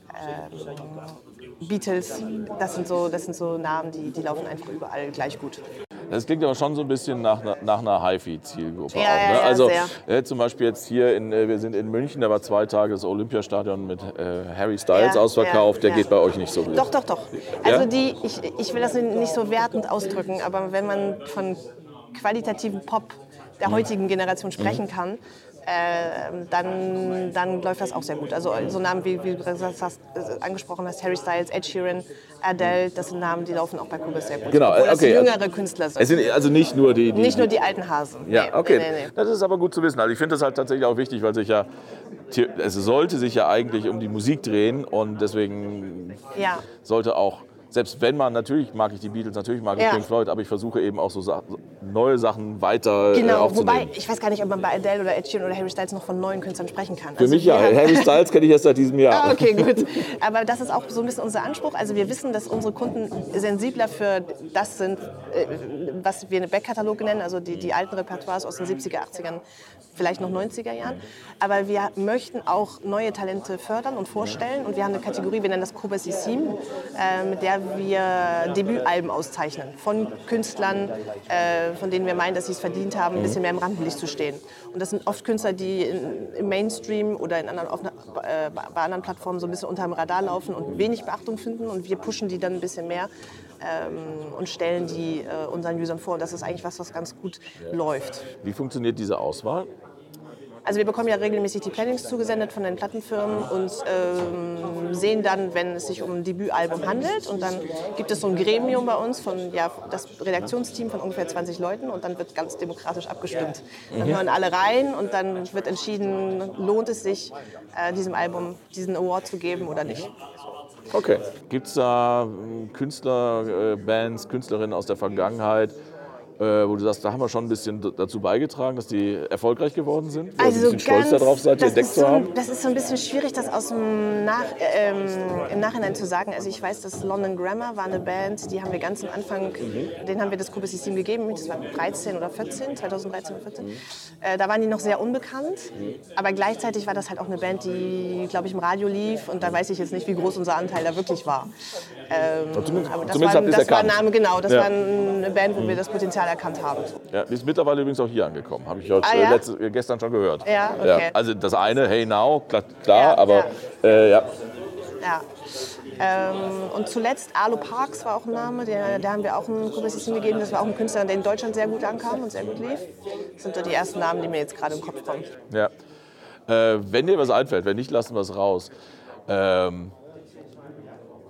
Ähm, Beatles, das sind so, das sind so Namen, die, die laufen einfach überall gleich gut. Das klingt aber schon so ein bisschen nach, einer- nach einer Hi-Fi-Zielgruppe Ja, auch. Ne? ja, ja, also sehr. äh, zum Beispiel jetzt hier, in, äh, wir sind in München, da war zwei Tage das Olympiastadion mit äh, Harry Styles Ja, ausverkauft, ja, der ja. geht bei euch nicht so gut. Doch, doch, doch. Also die, ich, ich will das nicht so wertend ausdrücken, aber wenn man von qualitativen Pop der heutigen Generation sprechen kann, äh, dann, dann läuft das auch sehr gut. Also so Namen wie, wie du das hast, äh, angesprochen hast, Harry Styles, Ed Sheeran, Adele, das sind Namen, die laufen auch bei Kubis sehr gut. Genau, Obwohl das okay. jüngere Künstler sind. Es sind also nicht nur die... die Nicht nur die alten Hasen. Ja, Nee, okay. nee, nee, nee. Das ist aber gut zu wissen. Also ich finde das halt tatsächlich auch wichtig, weil sich ja, es sollte sich ja eigentlich um die Musik drehen und deswegen Ja. sollte auch, selbst wenn man, natürlich mag ich die Beatles, natürlich mag ich Ja. Pink Floyd, aber ich versuche eben auch so Sa- neue Sachen weiter äh, Genau, aufzunehmen. wobei, ich weiß gar nicht, ob man bei Adele oder Ed Sheeran oder Harry Styles noch von neuen Künstlern sprechen kann. Für mich ja. Harry Styles kenne ich erst seit diesem Jahr. Ah, okay, gut. Aber das ist auch so ein bisschen unser Anspruch. Also wir wissen, dass unsere Kunden sensibler für das sind, äh, was wir eine Backkatalog nennen, also die, die alten Repertoires aus den siebziger, achtzigern, vielleicht noch neunziger Jahren. Aber wir möchten auch neue Talente fördern und vorstellen. Und wir haben eine Kategorie, wir nennen das Kubasissim, äh, mit der wir Debütalben auszeichnen. Von Künstlern, äh, von denen wir meinen, dass sie es verdient haben, ein bisschen mehr im Rampenlicht zu stehen. Und das sind oft Künstler, die in, im Mainstream oder in anderen, auf, äh, bei anderen Plattformen so ein bisschen unter dem Radar laufen und wenig Beachtung finden. Und wir pushen die dann ein bisschen mehr ähm, und stellen die äh, unseren Usern vor. Und das ist eigentlich was, was ganz gut läuft. Wie funktioniert diese Auswahl? Also wir bekommen ja regelmäßig die Plannings zugesendet von den Plattenfirmen und ähm, sehen dann, wenn es sich um ein Debütalbum handelt. Und dann gibt es so ein Gremium bei uns, von, ja, das Redaktionsteam von ungefähr zwanzig Leuten und dann wird ganz demokratisch abgestimmt. Dann hören alle rein und dann wird entschieden, lohnt es sich, äh, diesem Album diesen Award zu geben oder nicht. Okay. Gibt es da äh, Künstler, äh, Bands, Künstlerinnen aus der Vergangenheit, äh, wo du sagst, da haben wir schon ein bisschen d- dazu beigetragen, dass die erfolgreich geworden sind? Wo ihr ein bisschen stolz darauf seid, die das entdeckt ist zu so, haben? Das ist so ein bisschen schwierig, das aus dem Nach, ähm, im Nachhinein zu sagen. Also ich weiß, dass London Grammar war eine Band, die haben wir ganz am Anfang, mhm. denen haben wir das Kubasissim gegeben, das war dreizehn oder vierzehn, zweitausenddreizehn oder vierzehn. Mhm. Äh, da waren die noch sehr unbekannt, mhm. aber gleichzeitig war das halt auch eine Band, die, glaube ich, im Radio lief und da weiß ich jetzt nicht, wie groß unser Anteil da wirklich war. Ähm, zumindest aber das zumindest war, habt ihr's das war ein erkannt. Name, genau, das Ja. war eine Band, wo wir das Potenzial erkannt haben. Ja, die ist mittlerweile übrigens auch hier angekommen, habe ich heute, Ah, ja? äh, letzte, äh, gestern schon gehört. Ja, okay. Also das eine, Hey Now, klar, klar Ja, aber ja. Äh, ja. Ja. Ähm, und zuletzt Arlo Parks war auch ein Name, der, der haben wir auch ein Kubasissim gegeben. Das war auch ein Künstler, der in Deutschland sehr gut ankam und sehr gut lief. Das sind so die ersten Namen, die mir jetzt gerade im Kopf kommen. Ja. Äh, wenn dir was einfällt, wenn nicht, lassen wir es raus. Ähm,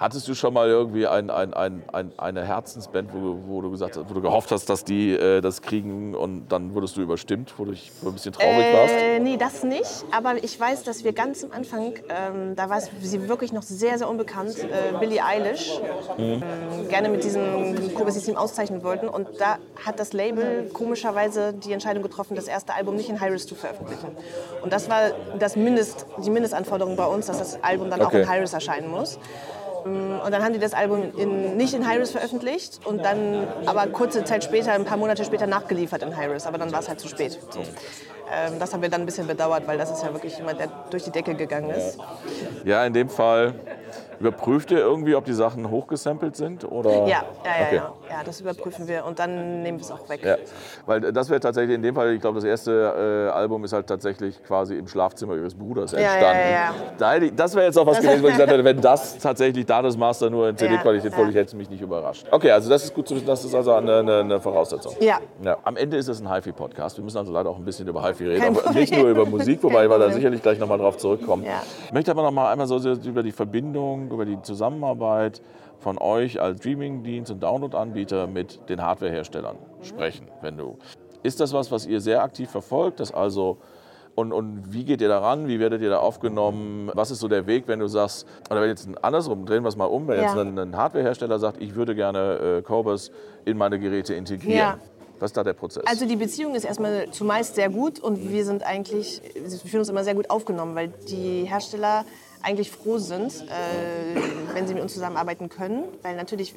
Hattest du schon mal irgendwie ein, ein, ein, ein, eine Herzensband, wo, wo, du gesagt hast, wo du gehofft hast, dass die äh, das kriegen und dann wurdest du überstimmt, wo du ein bisschen traurig äh, warst? Nee, das nicht. Aber ich weiß, dass wir ganz am Anfang, ähm, da war sie wirklich noch sehr, sehr unbekannt, äh, Billie Eilish, mhm. ähm, gerne mit diesem Cobus-System auszeichnen wollten. Und da hat das Label komischerweise die Entscheidung getroffen, das erste Album nicht in Hi-Res zu veröffentlichen. Und das war das Mindest, die Mindestanforderung bei uns, dass das Album dann okay. auch in Hi-Res erscheinen muss. Und dann haben die das Album in, nicht in Hi-Res veröffentlicht und dann aber kurze Zeit später, ein paar Monate später nachgeliefert in Hi-Res, aber dann war es halt zu spät. So. Ähm, das haben wir dann ein bisschen bedauert, weil das ist ja wirklich jemand, der durch die Decke gegangen ist. Ja, in dem Fall überprüft ihr irgendwie, ob die Sachen hochgesampelt sind? Oder? Ja, ja, ja, okay. ja, ja, das überprüfen wir und dann nehmen wir es auch weg. Ja. Weil das wäre tatsächlich in dem Fall, ich glaube, das erste äh, Album ist halt tatsächlich quasi im Schlafzimmer ihres Bruders entstanden. Ja, ja, ja, ja. Das wäre jetzt auch was gewesen, wo ich gesagt hätte, wenn das tatsächlich da das Master nur in C D-Qualität vorliegt, hätte es mich nicht überrascht. Okay, also das ist gut zu wissen, das ist also eine, eine, eine Voraussetzung. Ja. Ja. Am Ende ist es ein Hi-Fi-Podcast. Wir müssen also leider auch ein bisschen über Hi-Fi reden, aber nicht nur über Musik, wobei wir da sicherlich gleich nochmal drauf zurückkommen. Ja. Ich möchte aber noch mal einmal so über die Verbindung, über die Zusammenarbeit von euch als Streaming-Dienst und Download-Anbieter mit den Hardware-Herstellern sprechen. Wenn du, ist das was, was ihr sehr aktiv verfolgt? Das also, und, und wie geht ihr daran? Wie werdet ihr da aufgenommen? Was ist so der Weg, wenn du sagst, oder wenn jetzt andersrum, drehen wir es mal um, wenn ja. jetzt ein, ein Hardware-Hersteller sagt, ich würde gerne äh, Cobus in meine Geräte integrieren. Ja. Was ist da der Prozess? Also die Beziehung ist erstmal zumeist sehr gut und wir sind eigentlich, wir fühlen uns immer sehr gut aufgenommen, weil die Hersteller eigentlich froh sind, äh, wenn sie mit uns zusammenarbeiten können, weil natürlich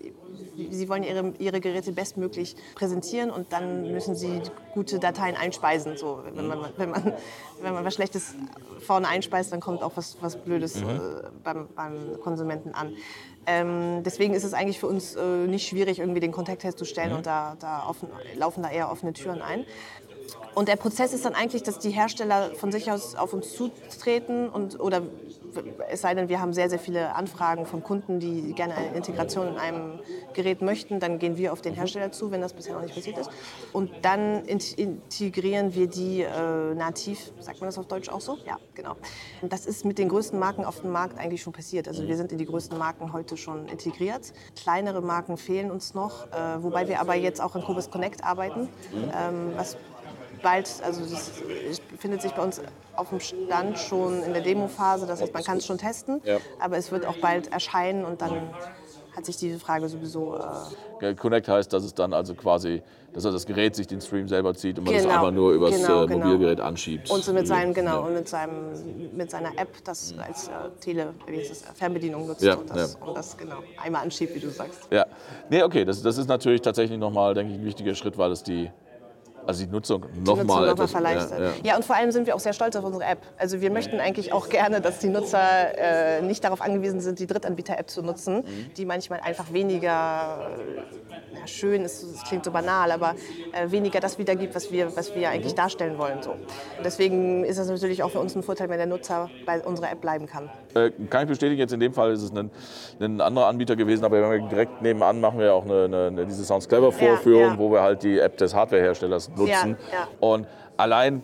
sie wollen ihre, ihre Geräte bestmöglich präsentieren und dann müssen sie gute Dateien einspeisen. So, wenn, man, wenn, man, wenn man was Schlechtes vorne einspeist, dann kommt auch was, was Blödes mhm. äh, beim, beim Konsumenten an. Ähm, deswegen ist es eigentlich für uns äh, nicht schwierig, irgendwie den Kontakt herzustellen mhm. und da, da offen, laufen da eher offene Türen ein. Und der Prozess ist dann eigentlich, dass die Hersteller von sich aus auf uns zutreten und, oder es sei denn, wir haben sehr, sehr viele Anfragen von Kunden, die gerne eine Integration in einem Gerät möchten, dann gehen wir auf den Hersteller zu, wenn das bisher noch nicht passiert ist. Und dann integrieren wir die äh, nativ, sagt man das auf Deutsch auch so? Ja, genau. Und das ist mit den größten Marken auf dem Markt eigentlich schon passiert. Also wir sind in die größten Marken heute schon integriert. Kleinere Marken fehlen uns noch, äh, wobei wir aber jetzt auch an Cobus Connect arbeiten, ähm, was bald, also das befindet sich bei uns auf dem Stand schon in der Demophase, das heißt, man kann es schon testen, ja. aber es wird auch bald erscheinen und dann hat sich diese Frage sowieso... Äh Connect heißt, dass es dann also quasi, dass er das Gerät sich den Stream selber zieht und man genau, das aber nur über das genau, äh, Mobilgerät genau. anschiebt. Und so mit seinem, genau, ja. und mit, seinem, mit seiner App, das als äh, Tele, wie ist das, Fernbedienung nutzt ja, und, das, ja. und das genau einmal anschiebt, wie du sagst. Ja, nee, okay, das, das ist natürlich tatsächlich nochmal, denke ich, ein wichtiger Schritt, weil es die Also die Nutzung nochmal noch verleichtert. Ja, ja. ja, und vor allem sind wir auch sehr stolz auf unsere App. Also wir möchten eigentlich auch gerne, dass die Nutzer äh, nicht darauf angewiesen sind, die Drittanbieter-App zu nutzen, mhm. die manchmal einfach weniger äh, ja, schön ist, das klingt so banal, aber äh, weniger das wiedergibt, was wir, was wir eigentlich mhm. darstellen wollen. So. Deswegen ist das natürlich auch für uns ein Vorteil, wenn der Nutzer bei unserer App bleiben kann. Äh, kann ich bestätigen, jetzt in dem Fall ist es ein, ein anderer Anbieter gewesen, aber wenn wir direkt nebenan machen wir auch eine, eine, diese Sounds Clever Vorführung, ja, ja. wo wir halt die App des Hardwareherstellers nutzen. Ja, ja. Und allein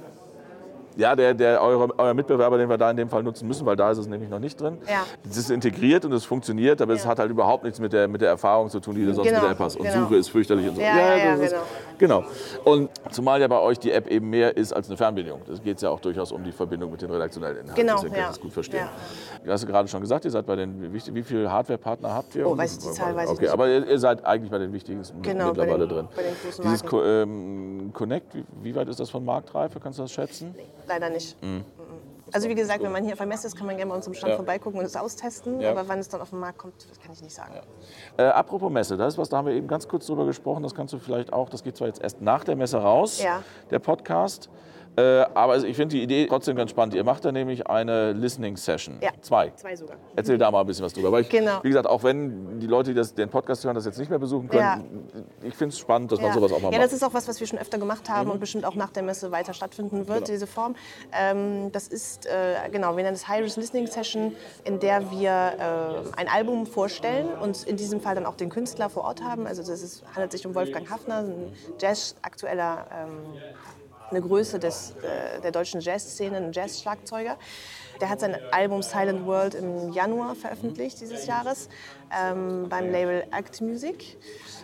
ja, der, der, eure, euer Mitbewerber, den wir da in dem Fall nutzen müssen, weil da ist es nämlich noch nicht drin. Ja. Es ist integriert und es funktioniert, aber ja. es hat halt überhaupt nichts mit der, mit der Erfahrung zu tun, die du sonst genau, mit der App hast. Und genau. Suche ist fürchterlich und so. Ja, ja, ja, ja genau. genau. Und zumal ja bei euch die App eben mehr ist als eine Fernbedienung. Da geht es ja auch durchaus um die Verbindung mit den redaktionellen Inhalten. Genau, Deswegen kann ich das gut verstehen. Ja. Du hast gerade schon gesagt, ihr seid bei den, wie, wie viele Hardware-Partner habt ihr? Oh, weiß ich die Zahl, weiß okay, ich nicht. Aber ihr, ihr seid eigentlich bei den wichtigsten genau, mittlerweile bei den, drin. Bei den großen Dieses Co ähm, Connect, wie, wie weit ist das von Marktreife? Kannst du das schätzen? Nee, leider nicht. Mhm. Also wie gesagt, wenn man hier auf der Messe ist, kann man gerne bei uns im Stand ja. vorbeigucken und es austesten. Ja. Aber wann es dann auf den Markt kommt, das kann ich nicht sagen. Ja. Äh, apropos Messe, das ist was, da haben wir eben ganz kurz drüber gesprochen. Das kannst du vielleicht auch, das geht zwar jetzt erst nach der Messe raus, ja. der Podcast. Äh, aber ich finde die Idee trotzdem ganz spannend. Ihr macht da nämlich eine Listening-Session. Ja, zwei. Zwei sogar. Erzähl da mal ein bisschen was drüber. Weil ich, genau. wie gesagt, auch wenn die Leute, die das, den Podcast hören, das jetzt nicht mehr besuchen können, ja. ich finde es spannend, dass ja. man sowas auch mal ja, macht. Ja, das ist auch was, was wir schon öfter gemacht haben mhm. und bestimmt auch nach der Messe weiter stattfinden wird, genau. diese Form. Ähm, das ist, äh, genau, wir nennen es Hi-Res Listening Session, in der wir äh, ein Album vorstellen und in diesem Fall dann auch den Künstler vor Ort haben. Also das ist, handelt sich um Wolfgang Haffner, ein Jazz-aktueller ähm, eine Größe des, äh, der deutschen Jazzszene, ein Jazz-Schlagzeuger. Der hat sein Album Silent World im Januar veröffentlicht dieses Jahres ähm, beim Label Act Music.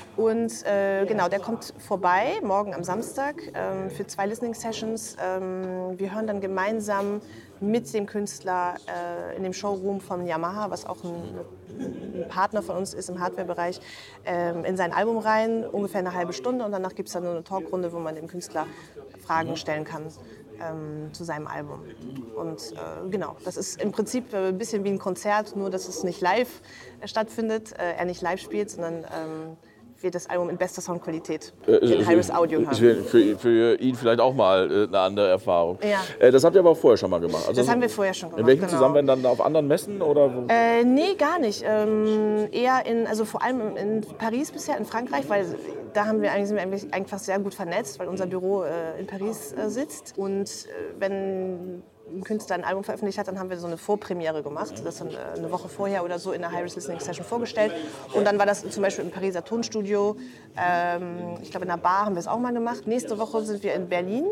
Und äh, genau, der kommt vorbei, morgen am Samstag, ähm, für zwei Listening-Sessions. Ähm, wir hören dann gemeinsam mit dem Künstler äh, in dem Showroom von Yamaha, was auch ein, ein Partner von uns ist im Hardware-Bereich, ähm, in sein Album rein, ungefähr eine halbe Stunde. Und danach gibt es dann eine Talkrunde, wo man dem Künstler Fragen stellen kann ähm, zu seinem Album. Und äh, genau, das ist im Prinzip ein bisschen wie ein Konzert, nur dass es nicht live äh, stattfindet, äh, er nicht live spielt, sondern ähm, wir das Album in bester Soundqualität äh, in Hi-Res Audio hören. Für, für, für ihn vielleicht auch mal äh, eine andere Erfahrung. Ja. Äh, das habt ihr aber auch vorher schon mal gemacht. Also das haben wir vorher schon gemacht. In welchem genau. Zusammenhang dann auf anderen Messen? Oder? Äh, nee, gar nicht. Ähm, eher in, also vor allem in Paris bisher, in Frankreich, weil da haben wir eigentlich, sind wir eigentlich einfach sehr gut vernetzt, weil unser Büro äh, in Paris äh, sitzt. Und äh, wenn ein Künstler ein Album veröffentlicht hat, dann haben wir so eine Vorpremiere gemacht. Das dann äh, eine Woche vorher oder so in der Hi-Res Listening Session vorgestellt. Und dann war das zum Beispiel im Pariser Tonstudio. Ähm, ich glaube, in einer Bar haben wir es auch mal gemacht. Nächste Woche sind wir in Berlin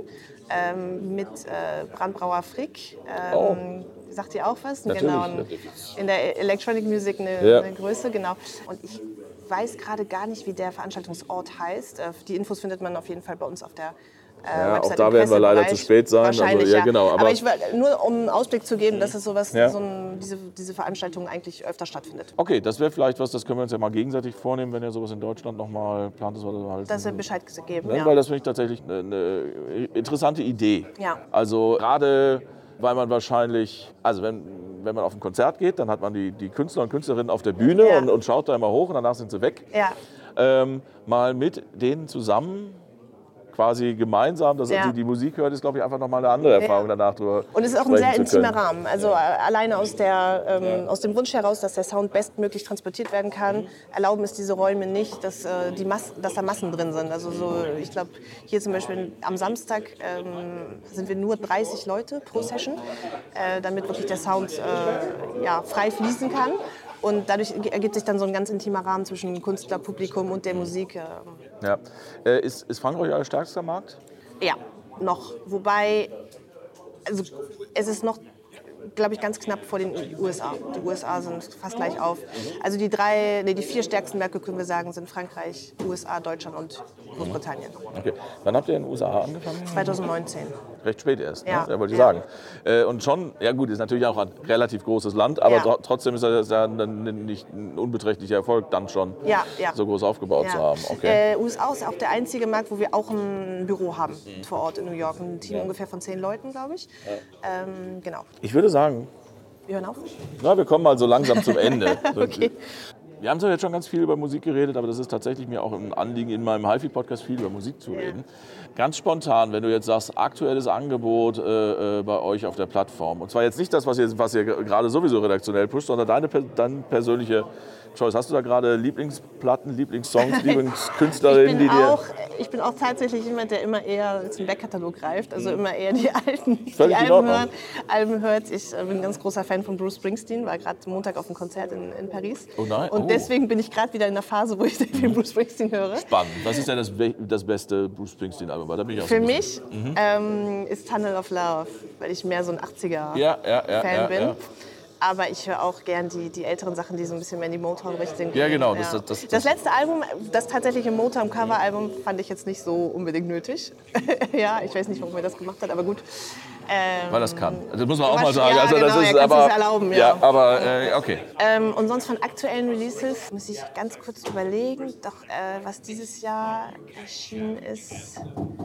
ähm, mit äh, Brandbrauer Frick. Ähm, oh. Sagt ihr auch was? Natürlich, genau. natürlich. In der Electronic Music eine, ja. eine Größe, genau. Und ich weiß gerade gar nicht, wie der Veranstaltungsort heißt. Die Infos findet man auf jeden Fall bei uns auf der Äh, ja, Website. Auch da werden wir leider zu spät sein. Wahrscheinlich, also, ja, ja. Genau, aber, aber ich will, nur um einen Ausblick zu geben, dass es sowas, ja. so ein, diese, diese Veranstaltung eigentlich öfter stattfindet. Okay, das wäre vielleicht was, das können wir uns ja mal gegenseitig vornehmen, wenn ihr sowas in Deutschland nochmal plant. Das halt dass wir Bescheid geben, ne? ja. Weil das finde ich tatsächlich eine, eine interessante Idee. Ja. Also gerade, weil man wahrscheinlich, also wenn, wenn man auf ein Konzert geht, dann hat man die, die Künstler und Künstlerinnen auf der Bühne Ja. und, und schaut da immer hoch und danach sind sie weg. Ja. Ähm, mal mit denen zusammen quasi gemeinsam, dass Ja. die, die Musik hört, ist, glaube ich, einfach nochmal eine andere Erfahrung Ja. danach drüber. Und es ist auch ein sehr sprechen zu können. intimer Rahmen. Also ja. alleine aus, der, ähm, ja. aus dem Wunsch heraus, dass der Sound bestmöglich transportiert werden kann, erlauben es diese Räume nicht, dass, äh, die Mas- dass da Massen drin sind. Also so, ich glaube, hier zum Beispiel am Samstag ähm, sind wir nur dreißig Leute pro Session, äh, damit wirklich der Sound äh, ja, frei fließen kann. Und dadurch ergibt sich dann so ein ganz intimer Rahmen zwischen Künstler, Publikum und der Musik. Äh. Ja. Äh, ist, ist Frankreich euer stärkster Markt? Ja, noch. Wobei, also es ist noch, glaube ich, ganz knapp vor den U S A. Die U S A sind fast gleich auf. Also die drei, nee, die vier stärksten Märkte, können wir sagen, sind Frankreich, U S A, Deutschland und Großbritannien. Okay. Wann habt ihr in den U S A angefangen? zwanzig neunzehn. Recht spät erst, Ja. ne? Ja, wollte ich Ja. sagen. Äh, und schon, ja gut, ist natürlich auch ein relativ großes Land, aber Ja. tro- trotzdem ist das ja ein, nicht ein unbeträchtlicher Erfolg, dann schon Ja, ja. so groß aufgebaut Ja. zu haben. Okay. Äh, U S A ist auch der einzige Markt, wo wir auch ein Büro haben, vor Ort in New York. Ein Team ungefähr von zehn Leuten, glaube ich. Ähm, genau. Ich würde sagen, Wir hören auf. na, wir kommen mal so langsam zum Ende. Okay. Wir haben zwar jetzt schon ganz viel über Musik geredet, aber das ist tatsächlich mir auch ein Anliegen, in meinem HiFi-Podcast viel über Musik zu reden. Ganz spontan, wenn du jetzt sagst, aktuelles Angebot äh, äh, bei euch auf der Plattform. Und zwar jetzt nicht das, was ihr, was ihr gerade sowieso redaktionell pusht, sondern deine, deine persönliche Choice. Hast du da gerade Lieblingsplatten, Lieblingssongs, Lieblingskünstlerinnen, die Ich bin, dir... auch, ich bin auch tatsächlich jemand, der immer eher zum Backkatalog greift, also immer eher die alten die Völlig in Alben, Ordnung. hören, Alben hört. Ich äh, bin ein ganz großer Fan von Bruce Springsteen, war gerade Montag auf einem Konzert in, in Paris. Oh nein, Und oh. deswegen bin ich gerade wieder in der Phase, wo ich sehr viel Bruce Springsteen höre. Spannend. Was ist denn das, be- das beste Bruce Springsteen-Album? Da bin ich auch so Für ein bisschen- mich ähm, ist Tunnel of Love, weil ich mehr so ein achtziger-Fan Ja, ja, ja, ja, bin. ja. Aber ich höre auch gern die, die älteren Sachen, die so ein bisschen mehr in die Motown-Richtung gehen. Ja, genau, das- das- das- das letzte Album, das tatsächliche Motown-Cover-Album, fand ich jetzt nicht so unbedingt nötig. Ja, ich weiß nicht, warum er das gemacht hat, aber gut. Ähm, Weil das kann. Das muss man auch mal sagen. Ja, also, das genau, ist er kann's aber, sich erlauben, ja. ja, aber äh, okay. Ähm, und sonst von aktuellen Releases muss ich ganz kurz überlegen, doch äh, was dieses Jahr erschienen ist.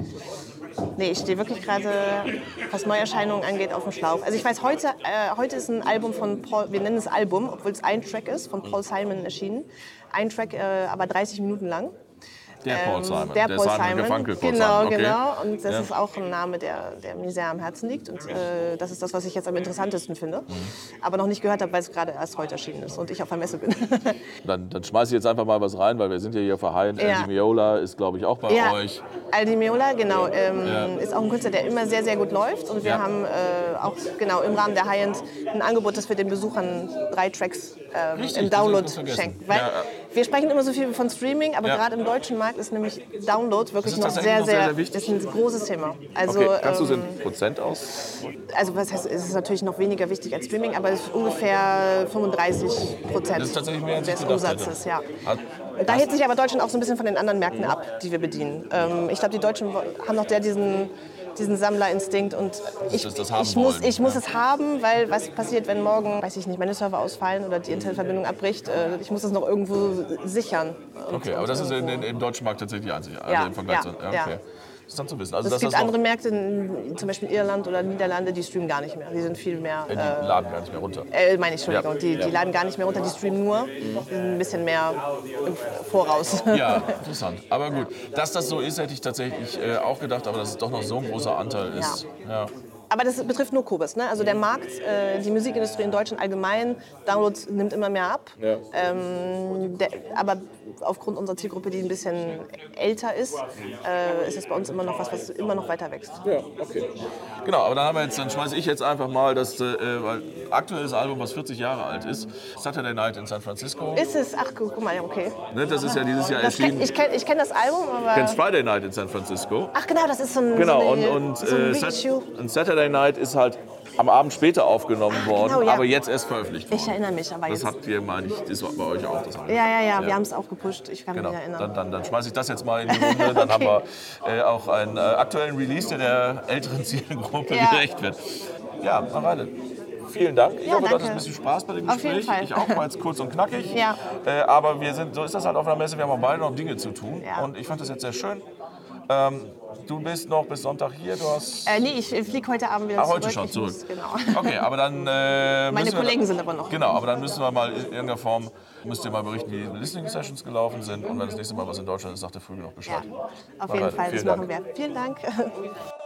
Nee, ich stehe wirklich gerade, was Neuerscheinungen angeht, auf dem Schlauch. Also ich weiß, heute, äh, heute ist ein Album von Paul, wir nennen es Album, obwohl es ein Track ist, von Paul Simon erschienen. Ein Track, äh, aber dreißig Minuten lang. Der Paul Simon. Der Paul Simon Simon, Gefunkel Paul genau, Simon. Okay. genau. Und das Ja. ist auch ein Name, der, der mir sehr am Herzen liegt. Und äh, das ist das, was ich jetzt am interessantesten finde. Mhm. Aber noch nicht gehört habe, weil es gerade erst heute erschienen ist und ich auf der Messe bin. Dann, dann schmeiße ich jetzt einfach mal was rein, weil wir sind ja hier verheiratet. Ja. Andy Meola ist, glaube ich, auch bei Ja, euch. Aldi Meola, genau, ähm, Ja. ist auch ein Künstler, der immer sehr, sehr gut läuft. Und wir Ja. haben äh, auch genau im Rahmen der High-End ein Angebot, dass wir den Besuchern drei Tracks ähm, Richtig, im das hab ich Download kurz vergessen. schenken. Weil Ja, ja. Wir sprechen immer so viel von Streaming, aber Ja. gerade im deutschen Markt ist nämlich Download wirklich ist noch tatsächlich sehr, noch sehr, sehr, sehr wichtig. ist ein großes Thema. Also, Okay, kannst du so ähm, in Prozent aus? also was heißt, es ist natürlich noch weniger wichtig als Streaming, aber es ist ungefähr fünfunddreißig Prozent Das ist tatsächlich mehr, als ich des gedacht hätte. Umsatzes. Ja. Hat- Da hebt sich aber Deutschland auch so ein bisschen von den anderen Märkten ab, die wir bedienen. Ähm, ich glaube, die Deutschen wo- haben noch sehr diesen, diesen Sammlerinstinkt und ich, das- das haben ich muss, wollen, ich muss ja. es haben, weil was passiert, wenn morgen, weiß ich nicht, meine Server ausfallen oder die Internetverbindung abbricht, äh, ich muss das noch irgendwo sichern. Und, Okay, aber das ist in, in, im deutschen Markt tatsächlich einzig. Also Ja, im Vergleich ja, zu. Ja, ja. okay. Interessant zu wissen. Also, es dass gibt das noch, andere Märkte, in, zum Beispiel Irland oder Niederlande, die streamen gar nicht mehr. Die sind viel mehr, äh, die laden gar nicht mehr runter. äh, meine ich, Entschuldigung, Ja. die, Ja. die laden gar nicht mehr runter, die streamen nur. Die sind ein bisschen mehr im Voraus. Ja, interessant. Aber gut, dass das so ist, hätte ich tatsächlich äh, auch gedacht, aber dass es doch noch so ein großer Anteil ist. Ja. Aber das betrifft nur Kobis. Ne? Also der Markt, äh, die Musikindustrie in Deutschland allgemein, Downloads nimmt immer mehr ab. Ja. Ähm, der, aber aufgrund unserer Zielgruppe, die ein bisschen älter ist, äh, ist es bei uns immer noch was, was immer noch weiter wächst. Ja, okay. Genau, aber dann haben wir jetzt, dann schmeiße ich jetzt einfach mal das, äh, weil aktuelles Album, was vierzig Jahre alt ist, Saturday Night in San Francisco. Ist es? Ach, guck mal, ja, okay. Ne, das ist ja dieses Jahr Das kenn, erschienen. ich kenne ich kenn das Album, aber... Kennst Friday Night in San Francisco? Ach genau, das ist so ein, Genau, so und, eine, und, so ein äh, Sat Reissue. und Saturday Night ist halt am Abend später aufgenommen worden, genau, ja. aber jetzt erst veröffentlicht worden. Ich erinnere mich, aber Das jetzt... habt ihr, meine ich, das war bei euch auch. Das Ja, ja, ja, wir haben es auch gepusht, ich kann Genau, mich erinnern. dann, dann, dann schmeiße ich das jetzt mal in die Runde. Dann Okay. haben wir äh, auch einen äh, aktuellen Release, der der älteren Zielgruppe Ja. gerecht wird. Ja, Mareile, vielen Dank. Ich Ja, hoffe, du danke. hattest ein bisschen Spaß bei dem Auf jeden Gespräch. Fall. Ich auch, mal jetzt kurz und knackig. Ja. Äh, aber wir sind, so ist das halt auf einer Messe, wir haben auch beide noch Dinge zu tun. Ja. Und ich fand das jetzt sehr schön. Ähm, du bist noch bis Sonntag hier, du hast... Äh, nee, ich fliege heute Abend wieder Ah, zurück. heute schon Ich zurück. Muss, genau. Okay, aber dann äh, Meine müssen wir- Kollegen sind aber noch. Genau, aber dann müssen wir mal in irgendeiner Form, müsst ihr mal berichten, wie die Listening Sessions gelaufen sind. Und wenn das nächste Mal was in Deutschland ist, sagt der Früh noch Bescheid. Ja, auf Mareile, jeden Fall, das vielen machen Dank. wir. Vielen Dank.